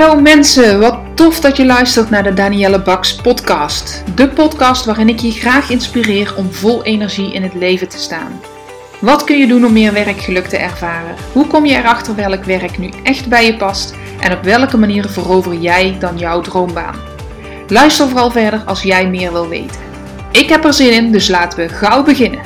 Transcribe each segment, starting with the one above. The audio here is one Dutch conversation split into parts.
Hallo mensen, wat tof dat je luistert naar de Danielle Baks podcast. De podcast waarin ik je graag inspireer om vol energie in het leven te staan. Wat kun je doen om meer werkgeluk te ervaren? Hoe kom je erachter welk werk nu echt bij je past? En op welke manier verover jij dan jouw droombaan? Luister vooral verder als jij meer wil weten. Ik heb er zin in, dus laten we gauw beginnen.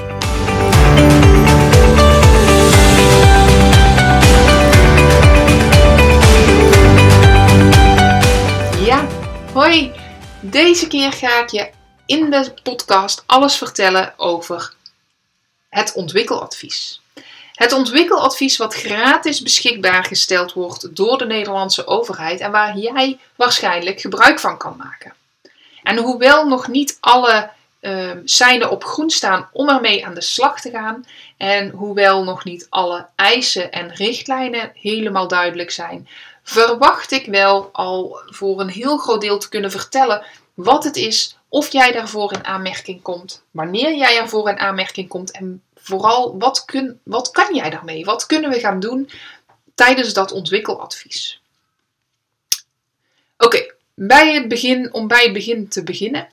Hoi, deze keer ga ik je in de podcast alles vertellen over het ontwikkeladvies. Het ontwikkeladvies wat gratis beschikbaar gesteld wordt door de Nederlandse overheid en waar jij waarschijnlijk gebruik van kan maken. En hoewel nog niet alle seinen op groen staan om ermee aan de slag te gaan en hoewel nog niet alle eisen en richtlijnen helemaal duidelijk zijn, verwacht ik wel al voor een heel groot deel te kunnen vertellen wat het is, of jij daarvoor in aanmerking komt, wanneer jij ervoor in aanmerking komt en vooral wat kan jij daarmee? Wat kunnen we gaan doen tijdens dat ontwikkeladvies? Oké, om bij het begin te beginnen.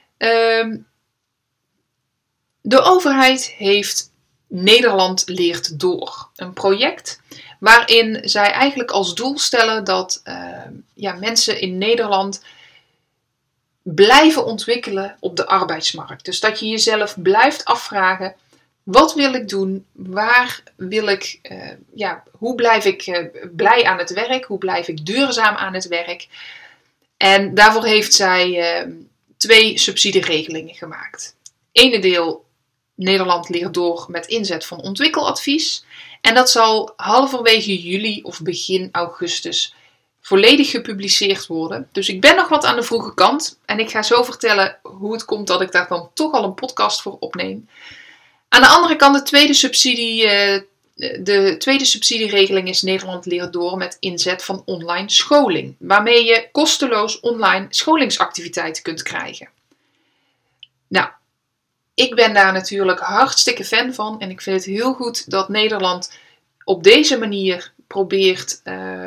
De overheid heeft Nederland leert door. Een project waarin zij eigenlijk als doel stellen dat mensen in Nederland blijven ontwikkelen op de arbeidsmarkt. Dus dat je jezelf blijft afvragen, wat wil ik doen? Waar wil ik, hoe blijf ik blij aan het werk? Hoe blijf ik duurzaam aan het werk? En daarvoor heeft zij 2 subsidieregelingen gemaakt. Ene deel Nederland leert door met inzet van ontwikkeladvies. En dat zal halverwege juli of begin augustus volledig gepubliceerd worden. Dus ik ben nog wat aan de vroege kant. En ik ga zo vertellen hoe het komt dat ik daar dan toch al een podcast voor opneem. Aan de andere kant, de tweede subsidieregeling is Nederland leert door met inzet van online scholing. Waarmee je kosteloos online scholingsactiviteiten kunt krijgen. Nou, ik ben daar natuurlijk hartstikke fan van. En ik vind het heel goed dat Nederland op deze manier probeert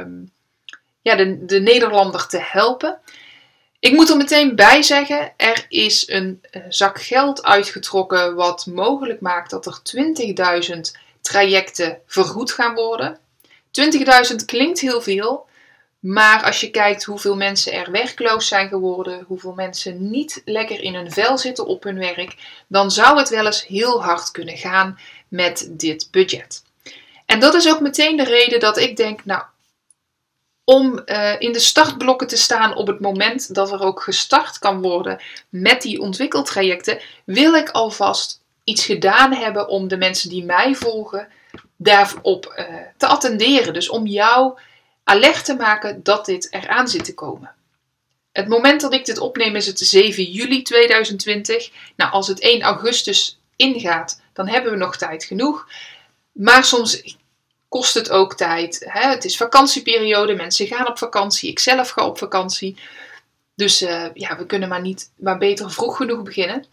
de Nederlander te helpen. Ik moet er meteen bij zeggen, er is een zak geld uitgetrokken wat mogelijk maakt dat er 20.000 trajecten vergoed gaan worden. 20.000 klinkt heel veel, maar als je kijkt hoeveel mensen er werkloos zijn geworden, hoeveel mensen niet lekker in hun vel zitten op hun werk, dan zou het wel eens heel hard kunnen gaan met dit budget. En dat is ook meteen de reden dat ik denk, om in de startblokken te staan op het moment dat er ook gestart kan worden met die ontwikkeltrajecten, wil ik alvast iets gedaan hebben om de mensen die mij volgen daarop te attenderen. Dus om jou alert te maken dat dit eraan zit te komen. Het moment dat ik dit opneem is het 7 juli 2020. Nou, als het 1 augustus ingaat, dan hebben we nog tijd genoeg. Maar soms kost het ook tijd. Hè? Het is vakantieperiode, mensen gaan op vakantie, ik zelf ga op vakantie. Dus we kunnen maar beter vroeg genoeg beginnen.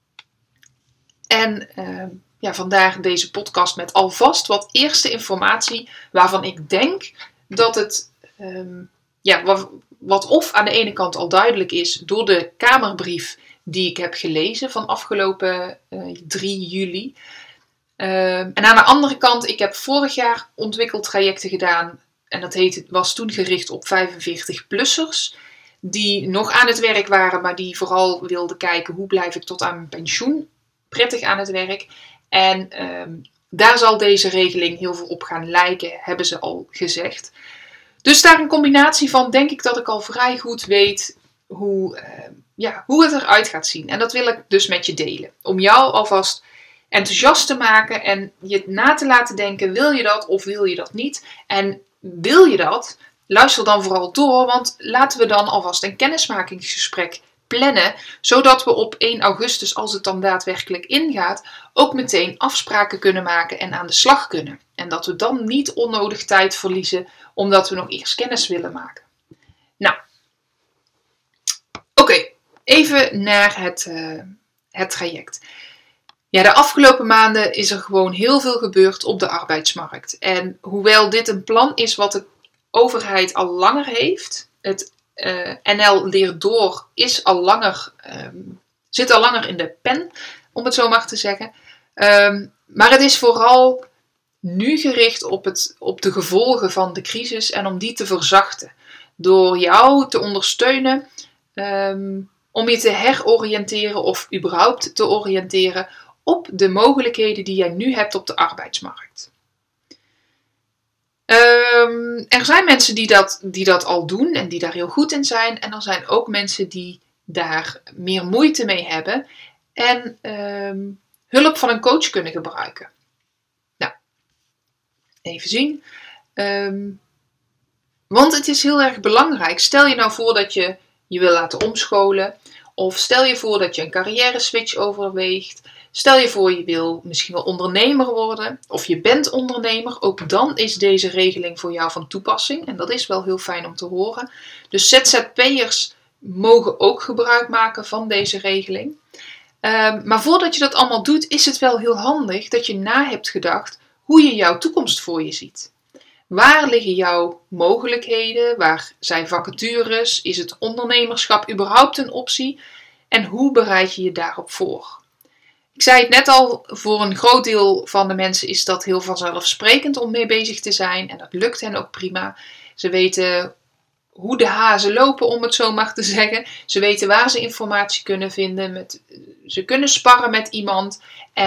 En vandaar deze podcast met alvast wat eerste informatie waarvan ik denk dat het wat of aan de ene kant al duidelijk is door de Kamerbrief die ik heb gelezen van afgelopen 3 juli. En aan de andere kant, ik heb vorig jaar ontwikkeltrajecten gedaan en dat was toen gericht op 45-plussers die nog aan het werk waren, maar die vooral wilden kijken hoe blijf ik tot aan mijn pensioen prettig aan het werk. En daar zal deze regeling heel veel op gaan lijken, hebben ze al gezegd. Dus daar een combinatie van denk ik dat ik al vrij goed weet hoe het eruit gaat zien. En dat wil ik dus met je delen. Om jou alvast enthousiast te maken en je na te laten denken, wil je dat of wil je dat niet? En wil je dat? Luister dan vooral door, want laten we dan alvast een kennismakingsgesprek plannen, zodat we op 1 augustus, als het dan daadwerkelijk ingaat, ook meteen afspraken kunnen maken en aan de slag kunnen. En dat we dan niet onnodig tijd verliezen, omdat we nog eerst kennis willen maken. Nou, oké, even naar het traject. Ja, de afgelopen maanden is er gewoon heel veel gebeurd op de arbeidsmarkt. En hoewel dit een plan is wat ik overheid al langer heeft. Het NL Leert Door is al langer, zit al langer in de pen, om het zo maar te zeggen. Maar het is vooral nu gericht op de gevolgen van de crisis en om die te verzachten. Door jou te ondersteunen, om je te heroriënteren of überhaupt te oriënteren op de mogelijkheden die jij nu hebt op de arbeidsmarkt. Er zijn mensen die dat al doen en die daar heel goed in zijn. En er zijn ook mensen die daar meer moeite mee hebben en hulp van een coach kunnen gebruiken. Nou, even zien. Want het is heel erg belangrijk. Stel je nou voor dat je wil laten omscholen. Of stel je voor dat je een carrière switch overweegt. Stel je voor je wil misschien wel ondernemer worden. Of je bent ondernemer. Ook dan is deze regeling voor jou van toepassing. En dat is wel heel fijn om te horen. Dus ZZP'ers mogen ook gebruik maken van deze regeling. Maar voordat je dat allemaal doet, is het wel heel handig dat je na hebt gedacht hoe je jouw toekomst voor je ziet. Waar liggen jouw mogelijkheden? Waar zijn vacatures? Is het ondernemerschap überhaupt een optie? En hoe bereid je je daarop voor? Ik zei het net al, voor een groot deel van de mensen is dat heel vanzelfsprekend om mee bezig te zijn. En dat lukt hen ook prima. Ze weten hoe de hazen lopen, om het zo maar te zeggen. Ze weten waar ze informatie kunnen vinden. Ze kunnen sparren met iemand.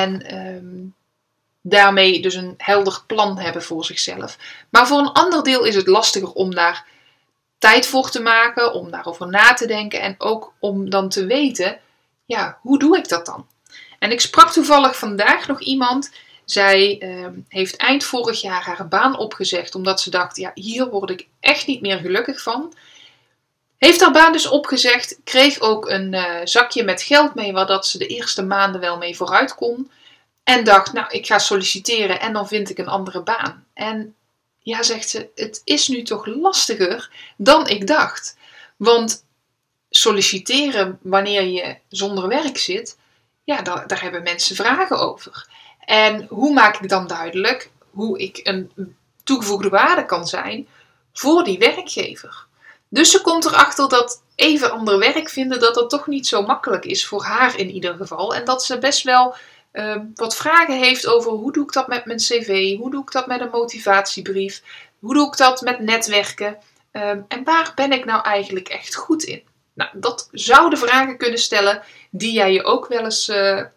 En daarmee dus een helder plan hebben voor zichzelf. Maar voor een ander deel is het lastiger om daar tijd voor te maken. Om daarover na te denken. En ook om dan te weten, ja, hoe doe ik dat dan? En ik sprak toevallig vandaag nog iemand. Zij heeft eind vorig jaar haar baan opgezegd. Omdat ze dacht, ja, hier word ik echt niet meer gelukkig van. Heeft haar baan dus opgezegd. Kreeg ook een zakje met geld mee. Waar dat ze de eerste maanden wel mee vooruit kon. En dacht, nou, ik ga solliciteren en dan vind ik een andere baan. En ja, zegt ze, het is nu toch lastiger dan ik dacht. Want solliciteren wanneer je zonder werk zit, ja, daar hebben mensen vragen over. En hoe maak ik dan duidelijk hoe ik een toegevoegde waarde kan zijn voor die werkgever? Dus ze komt erachter dat even ander werk vinden, dat toch niet zo makkelijk is voor haar in ieder geval. En dat ze best wel wat vragen heeft over hoe doe ik dat met mijn cv, hoe doe ik dat met een motivatiebrief, hoe doe ik dat met netwerken en waar ben ik nou eigenlijk echt goed in? Nou, dat zouden vragen kunnen stellen die jij je ook wel eens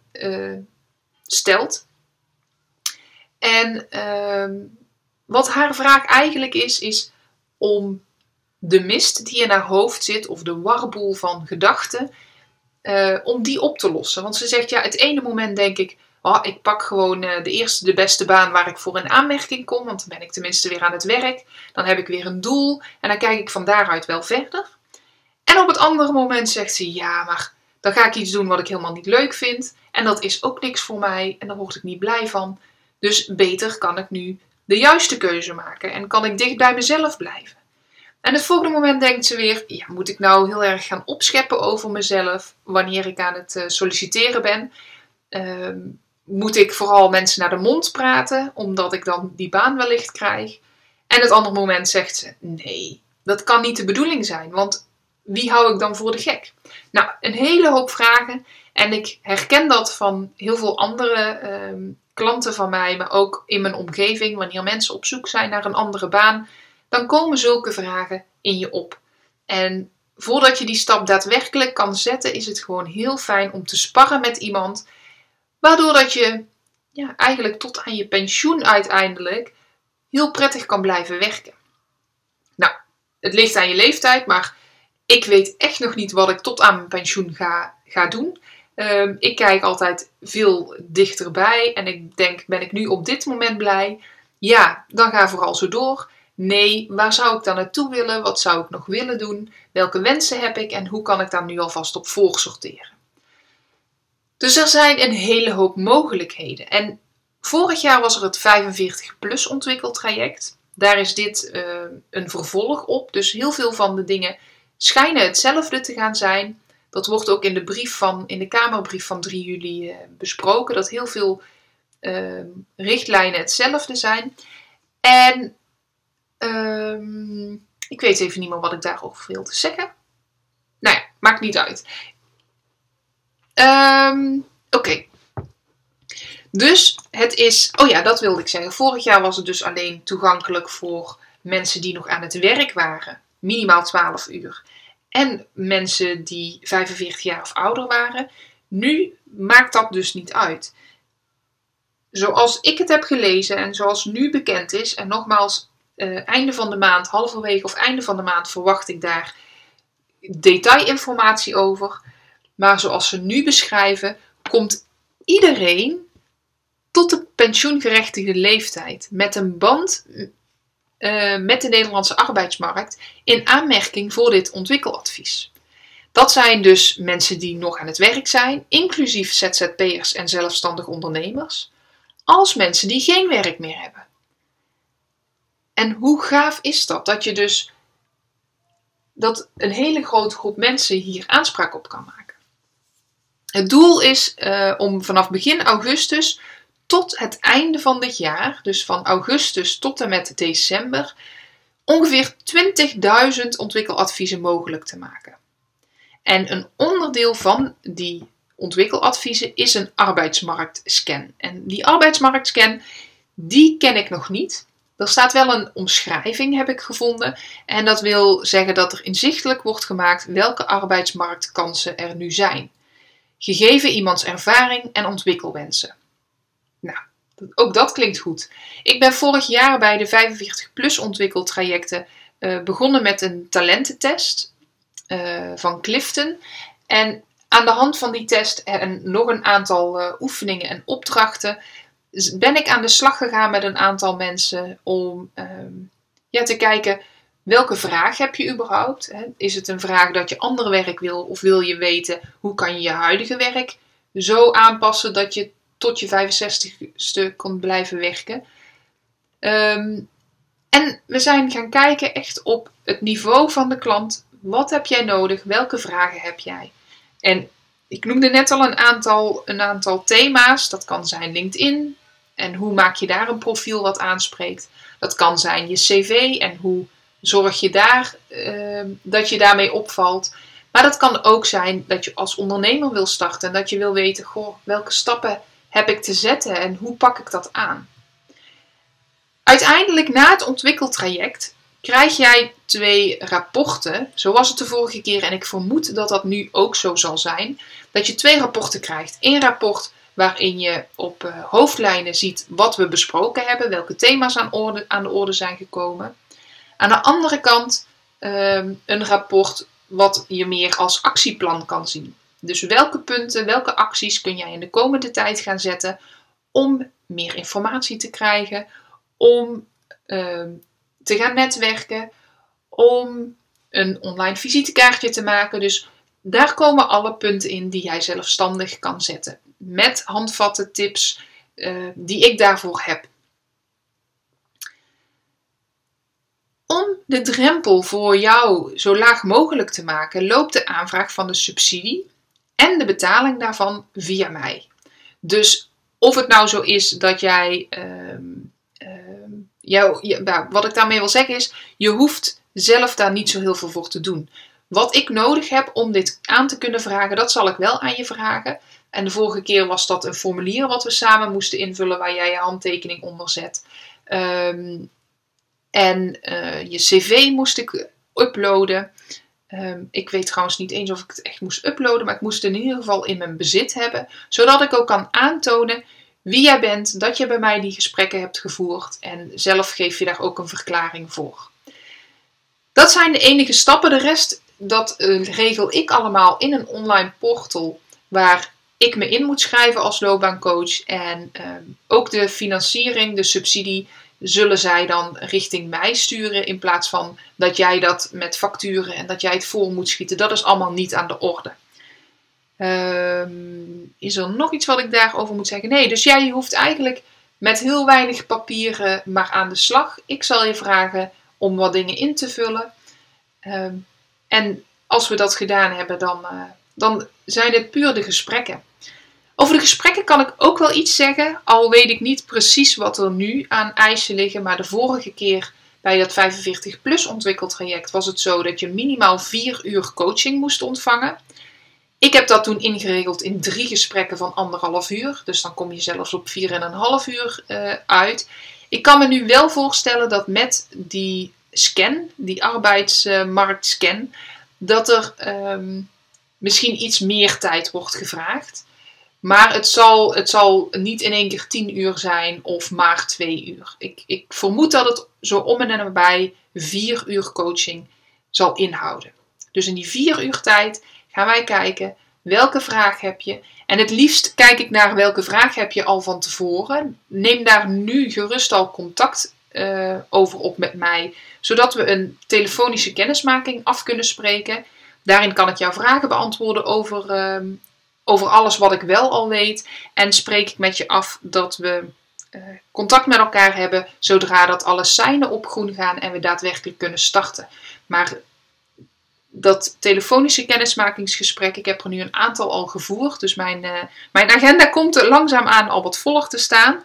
stelt. En wat haar vraag eigenlijk is om de mist die in haar hoofd zit, of de warboel van gedachten, om die op te lossen. Want ze zegt, ja, het ene moment denk ik, ik pak gewoon de beste baan waar ik voor in aanmerking kom, want dan ben ik tenminste weer aan het werk. Dan heb ik weer een doel en dan kijk ik van daaruit wel verder. En op het andere moment zegt ze, ja, maar dan ga ik iets doen wat ik helemaal niet leuk vind. En dat is ook niks voor mij en daar word ik niet blij van. Dus beter kan ik nu de juiste keuze maken en kan ik dicht bij mezelf blijven. En het volgende moment denkt ze weer, ja, moet ik nou heel erg gaan opscheppen over mezelf wanneer ik aan het solliciteren ben? Moet ik vooral mensen naar de mond praten, omdat ik dan die baan wellicht krijg? En het andere moment zegt ze, nee, dat kan niet de bedoeling zijn, want wie hou ik dan voor de gek? Nou, een hele hoop vragen. En ik herken dat van heel veel andere klanten van mij, maar ook in mijn omgeving. Wanneer mensen op zoek zijn naar een andere baan, dan komen zulke vragen in je op. En voordat je die stap daadwerkelijk kan zetten, is het gewoon heel fijn om te sparren met iemand. Waardoor dat je eigenlijk tot aan je pensioen uiteindelijk heel prettig kan blijven werken. Nou, het ligt aan je leeftijd, maar ik weet echt nog niet wat ik tot aan mijn pensioen ga doen. Ik kijk altijd veel dichterbij en ik denk, ben ik nu op dit moment blij? Ja, dan ga vooral zo door. Nee, waar zou ik dan naartoe willen? Wat zou ik nog willen doen? Welke wensen heb ik en hoe kan ik daar nu alvast op voorsorteren? Dus er zijn een hele hoop mogelijkheden. En vorig jaar was er het 45+ ontwikkeltraject. Daar is dit een vervolg op. Dus heel veel van de dingen schijnen hetzelfde te gaan zijn. Dat wordt ook in de Kamerbrief van 3 juli besproken. Dat heel veel richtlijnen hetzelfde zijn. En Ik weet even niet meer wat ik daarover wilde zeggen. Nou ja, maakt niet uit. Oké. Dus het is... Oh ja, dat wilde ik zeggen. Vorig jaar was het dus alleen toegankelijk voor mensen die nog aan het werk waren. Minimaal 12 uur. En mensen die 45 jaar of ouder waren. Nu maakt dat dus niet uit. Zoals ik het heb gelezen en zoals nu bekend is. En nogmaals, einde van de maand, halverwege of einde van de maand verwacht ik daar detailinformatie over. Maar zoals ze nu beschrijven, komt iedereen tot de pensioengerechtigde leeftijd met een band met de Nederlandse arbeidsmarkt in aanmerking voor dit ontwikkeladvies. Dat zijn dus mensen die nog aan het werk zijn, inclusief ZZP'ers en zelfstandig ondernemers, als mensen die geen werk meer hebben. En hoe gaaf is dat? Dat een hele grote groep mensen hier aanspraak op kan maken. Het doel is om vanaf begin augustus tot het einde van dit jaar, dus van augustus tot en met december, ongeveer 20.000 ontwikkeladviezen mogelijk te maken. En een onderdeel van die ontwikkeladviezen is een arbeidsmarktscan. En die arbeidsmarktscan, die ken ik nog niet. Er staat wel een omschrijving, heb ik gevonden. En dat wil zeggen dat er inzichtelijk wordt gemaakt welke arbeidsmarktkansen er nu zijn. Gegeven iemands ervaring en ontwikkelwensen. Nou, ook dat klinkt goed. Ik ben vorig jaar bij de 45-plus ontwikkeltrajecten begonnen met een talententest van Clifton. En aan de hand van die test en nog een aantal oefeningen en opdrachten ben ik aan de slag gegaan met een aantal mensen om te kijken welke vraag heb je überhaupt. Hè? Is het een vraag dat je ander werk wil of wil je weten hoe kan je je huidige werk zo aanpassen dat je tot je 65ste kon blijven werken. En we zijn gaan kijken echt op het niveau van de klant. Wat heb jij nodig? Welke vragen heb jij? En ik noemde net al een aantal thema's. Dat kan zijn LinkedIn. En hoe maak je daar een profiel wat aanspreekt? Dat kan zijn je cv en hoe zorg je daar dat je daarmee opvalt. Maar dat kan ook zijn dat je als ondernemer wil starten. En dat je wil weten, welke stappen heb ik te zetten en hoe pak ik dat aan? Uiteindelijk na het ontwikkeltraject krijg jij 2 rapporten. Zo was het de vorige keer en ik vermoed dat dat nu ook zo zal zijn. Dat je 2 rapporten krijgt. 1 rapport waarin je op hoofdlijnen ziet wat we besproken hebben. Welke thema's aan de orde zijn gekomen. Aan de andere kant een rapport wat je meer als actieplan kan zien. Dus welke punten, welke acties kun jij in de komende tijd gaan zetten om meer informatie te krijgen, om te gaan netwerken, om een online visitekaartje te maken. Dus daar komen alle punten in die jij zelfstandig kan zetten. Met handvatten, tips die ik daarvoor heb. Om de drempel voor jou zo laag mogelijk te maken, loopt de aanvraag van de subsidie en de betaling daarvan via mij. Dus of het nou zo is dat jij... wat ik daarmee wil zeggen is, je hoeft zelf daar niet zo heel veel voor te doen. Wat ik nodig heb om dit aan te kunnen vragen, dat zal ik wel aan je vragen. En de vorige keer was dat een formulier wat we samen moesten invullen waar jij je handtekening onder zet. Je cv moest ik uploaden. Ik weet trouwens niet eens of ik het echt moest uploaden, maar ik moest het in ieder geval in mijn bezit hebben. Zodat ik ook kan aantonen wie jij bent, dat je bij mij die gesprekken hebt gevoerd. En zelf geef je daar ook een verklaring voor. Dat zijn de enige stappen. De rest, dat regel ik allemaal in een online portal waar ik me in moet schrijven als loopbaancoach. En ook de financiering, de subsidie, zullen zij dan richting mij sturen in plaats van dat jij dat met facturen en dat jij het voor moet schieten. Dat is allemaal niet aan de orde. Is er nog iets wat ik daarover moet zeggen? Nee, dus jij hoeft eigenlijk met heel weinig papieren maar aan de slag. Ik zal je vragen om wat dingen in te vullen. En als we dat gedaan hebben, dan zijn dit puur de gesprekken. Over de gesprekken kan ik ook wel iets zeggen, al weet ik niet precies wat er nu aan eisen liggen. Maar de vorige keer Bij dat 45 plus ontwikkeltraject was het zo dat je minimaal 4 uur coaching moest ontvangen. Ik heb dat toen ingeregeld in 3 gesprekken van 1,5 uur. Dus dan kom je zelfs op 4,5 uur uit. Ik kan me nu wel voorstellen dat met die scan, die arbeidsmarktscan, dat er misschien iets meer tijd wordt gevraagd. Maar het zal niet in één keer 10 uur zijn of maar 2 uur. Ik vermoed dat het zo om en nabij 4 uur coaching zal inhouden. Dus in die 4 uur tijd gaan wij kijken, welke vraag heb je? En het liefst kijk ik naar welke vraag heb je al van tevoren. Neem daar nu gerust al contact over op met mij. Zodat we een telefonische kennismaking af kunnen spreken. Daarin kan ik jouw vragen beantwoorden over alles wat ik wel al weet. En spreek ik met je af dat we contact met elkaar hebben. Zodra dat alle seinen op groen gaan en we daadwerkelijk kunnen starten. Maar dat telefonische kennismakingsgesprek, ik heb er nu een aantal al gevoerd. Dus mijn agenda komt er langzaamaan al wat voller te staan.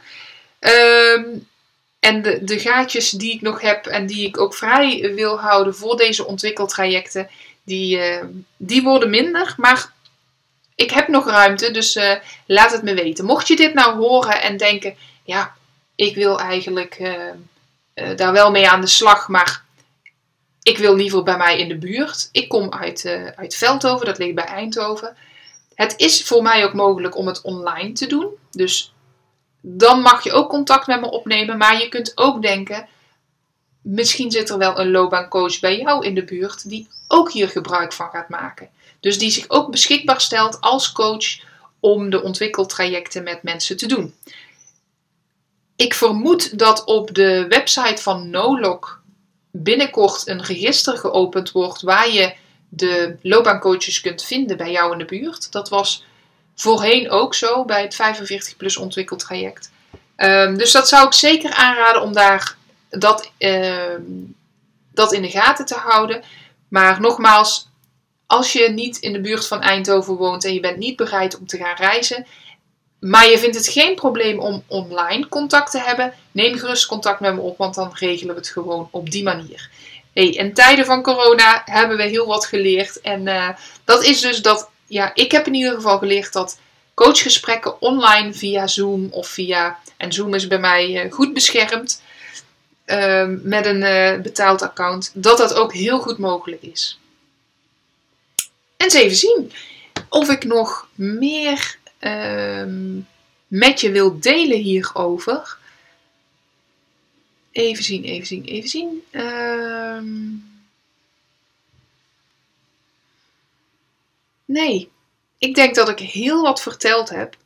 En de gaatjes die ik nog heb en die ik ook vrij wil houden voor deze ontwikkeltrajecten, die worden minder. Maar ik heb nog ruimte, dus laat het me weten. Mocht je dit nou horen en denken, ja, ik wil eigenlijk daar wel mee aan de slag, maar ik wil liever bij mij in de buurt. Ik kom uit Veldhoven, dat ligt bij Eindhoven. Het is voor mij ook mogelijk om het online te doen. Dus dan mag je ook contact met me opnemen. Maar je kunt ook denken, misschien zit er wel een loopbaancoach bij jou in de buurt die ook hier gebruik van gaat maken. Dus die zich ook beschikbaar stelt als coach om de ontwikkeltrajecten met mensen te doen. Ik vermoed dat op de website van Nolog binnenkort een register geopend wordt waar je de loopbaancoaches kunt vinden bij jou in de buurt. Dat was voorheen ook zo bij het 45 plus ontwikkeltraject. Dus dat zou ik zeker aanraden om daar dat in de gaten te houden. Maar nogmaals, als je niet in de buurt van Eindhoven woont en je bent niet bereid om te gaan reizen, maar je vindt het geen probleem om online contact te hebben, neem gerust contact met me op, want dan regelen we het gewoon op die manier. In tijden van corona hebben we heel wat geleerd. En dat is dus dat, ja, ik heb in ieder geval geleerd dat coachgesprekken online via Zoom en Zoom is bij mij goed beschermd met een betaald account, dat ook heel goed mogelijk is. En eens even zien of ik nog meer met je wil delen hierover. Even zien. Nee, ik denk dat ik heel wat verteld heb.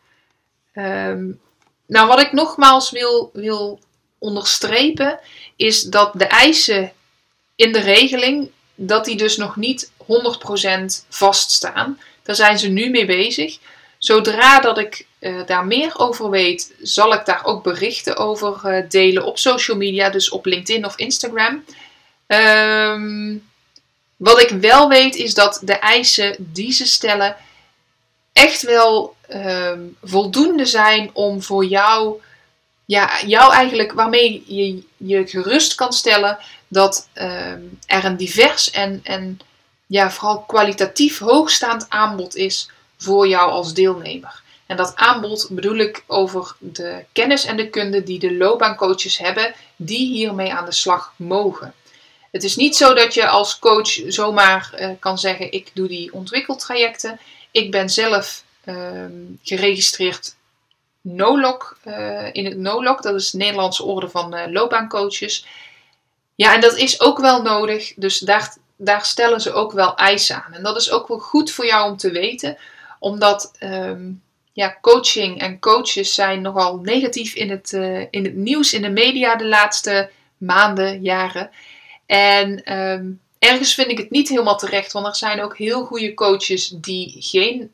Nou, wat ik nogmaals wil onderstrepen is dat de eisen in de regeling, dat die dus nog niet 100% vaststaan. Daar zijn ze nu mee bezig. Zodra dat ik daar meer over weet, zal ik daar ook berichten over delen op social media, dus op LinkedIn of Instagram. Wat ik wel weet is dat de eisen die ze stellen echt wel voldoende zijn om voor jou eigenlijk, waarmee je gerust kan stellen dat er een divers en vooral kwalitatief hoogstaand aanbod is voor jou als deelnemer. En dat aanbod bedoel ik over de kennis en de kunde die de loopbaancoaches hebben, die hiermee aan de slag mogen. Het is niet zo dat je als coach zomaar kan zeggen, ik doe die ontwikkeltrajecten. Ik ben zelf geregistreerd Nolog, in het Nolog, dat is de Nederlandse Orde van Loopbaancoaches. Ja, en dat is ook wel nodig, dus daar stellen ze ook wel eisen aan. En dat is ook wel goed voor jou om te weten, omdat coaching en coaches zijn nogal negatief in het nieuws, in de media de laatste maanden, jaren. En ergens vind ik het niet helemaal terecht, want er zijn ook heel goede coaches die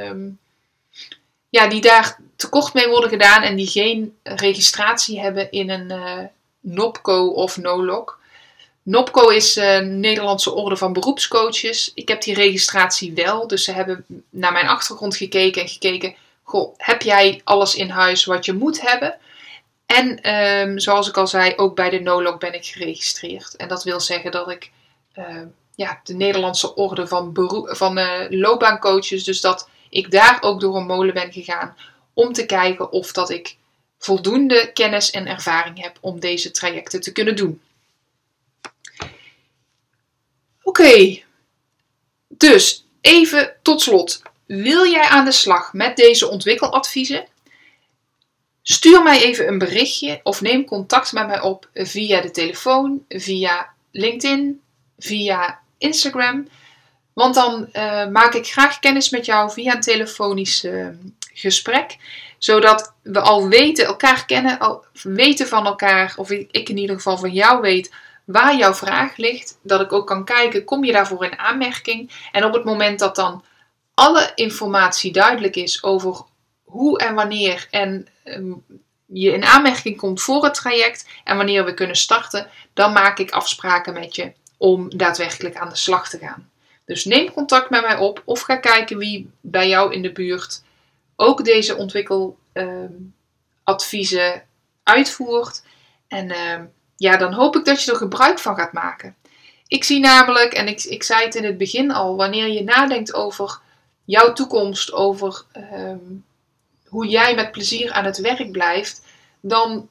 die daar tekort mee worden gedaan en die geen registratie hebben in een NOPCO of Nolog. NOPCO is een Nederlandse Orde van Beroepscoaches. Ik heb die registratie wel, dus ze hebben naar mijn achtergrond gekeken, goh, heb jij alles in huis wat je moet hebben? En zoals ik al zei, ook bij de NOLOG ben ik geregistreerd. En dat wil zeggen dat ik de Nederlandse orde van loopbaancoaches, dus dat ik daar ook door een molen ben gegaan om te kijken of dat ik voldoende kennis en ervaring heb om deze trajecten te kunnen doen. Oké, dus even tot slot. Wil jij aan de slag met deze ontwikkeladviezen? Stuur mij even een berichtje of neem contact met mij op via de telefoon, via LinkedIn, via Instagram. Want dan maak ik graag kennis met jou via een telefonisch gesprek. Zodat we al elkaar kennen, al weten van elkaar, of ik in ieder geval van jou weet waar jouw vraag ligt. Dat ik ook kan kijken, kom je daarvoor in aanmerking? En op het moment dat dan alle informatie duidelijk is over hoe en wanneer je in aanmerking komt voor het traject en wanneer we kunnen starten, dan maak ik afspraken met je om daadwerkelijk aan de slag te gaan. Dus neem contact met mij op of ga kijken wie bij jou in de buurt ook deze ontwikkeladviezen uitvoert. En dan hoop ik dat je er gebruik van gaat maken. Ik zie namelijk, en ik zei het in het begin al, wanneer je nadenkt over jouw toekomst, over hoe jij met plezier aan het werk blijft, dan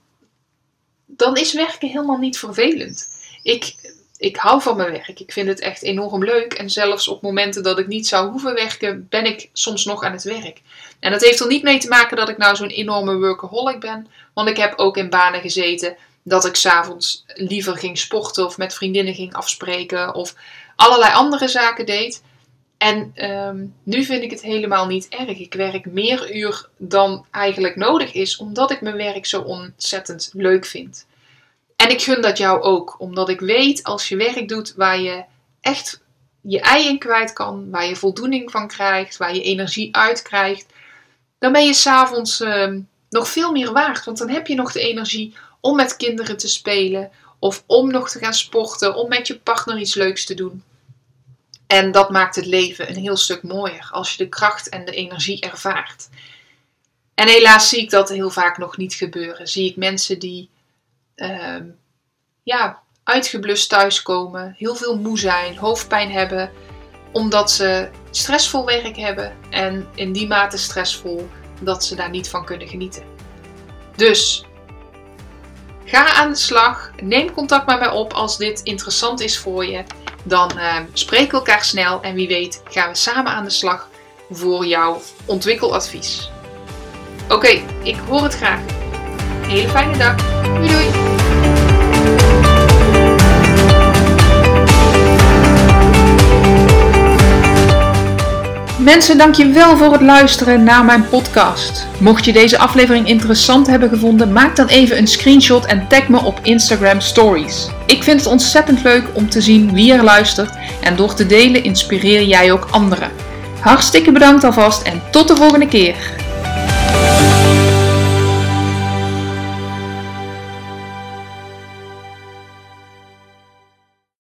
is werken helemaal niet vervelend. Ik hou van mijn werk. Ik vind het echt enorm leuk. En zelfs op momenten dat ik niet zou hoeven werken, ben ik soms nog aan het werk. En dat heeft er niet mee te maken dat ik nou zo'n enorme workaholic ben. Want ik heb ook in banen gezeten dat ik 's avonds liever ging sporten of met vriendinnen ging afspreken of allerlei andere zaken deed. En nu vind ik het helemaal niet erg. Ik werk meer uur dan eigenlijk nodig is, omdat ik mijn werk zo ontzettend leuk vind. En ik gun dat jou ook, omdat ik weet als je werk doet waar je echt je ei in kwijt kan, waar je voldoening van krijgt, waar je energie uit krijgt, dan ben je 's avonds nog veel meer waard. Want dan heb je nog de energie om met kinderen te spelen of om nog te gaan sporten, om met je partner iets leuks te doen. En dat maakt het leven een heel stuk mooier als je de kracht en de energie ervaart. En helaas zie ik dat heel vaak nog niet gebeuren. Zie ik mensen die uitgeblust thuiskomen, heel veel moe zijn, hoofdpijn hebben, omdat ze stressvol werk hebben en in die mate stressvol dat ze daar niet van kunnen genieten. Dus ga aan de slag, neem contact met mij op als dit interessant is voor je. Dan spreken we elkaar snel en wie weet gaan we samen aan de slag voor jouw ontwikkeladvies. Oké, ik hoor het graag. Een hele fijne dag. Doei doei! Mensen, dankjewel voor het luisteren naar mijn podcast. Mocht je deze aflevering interessant hebben gevonden, maak dan even een screenshot en tag me op Instagram Stories. Ik vind het ontzettend leuk om te zien wie er luistert en door te delen inspireer jij ook anderen. Hartstikke bedankt alvast en tot de volgende keer.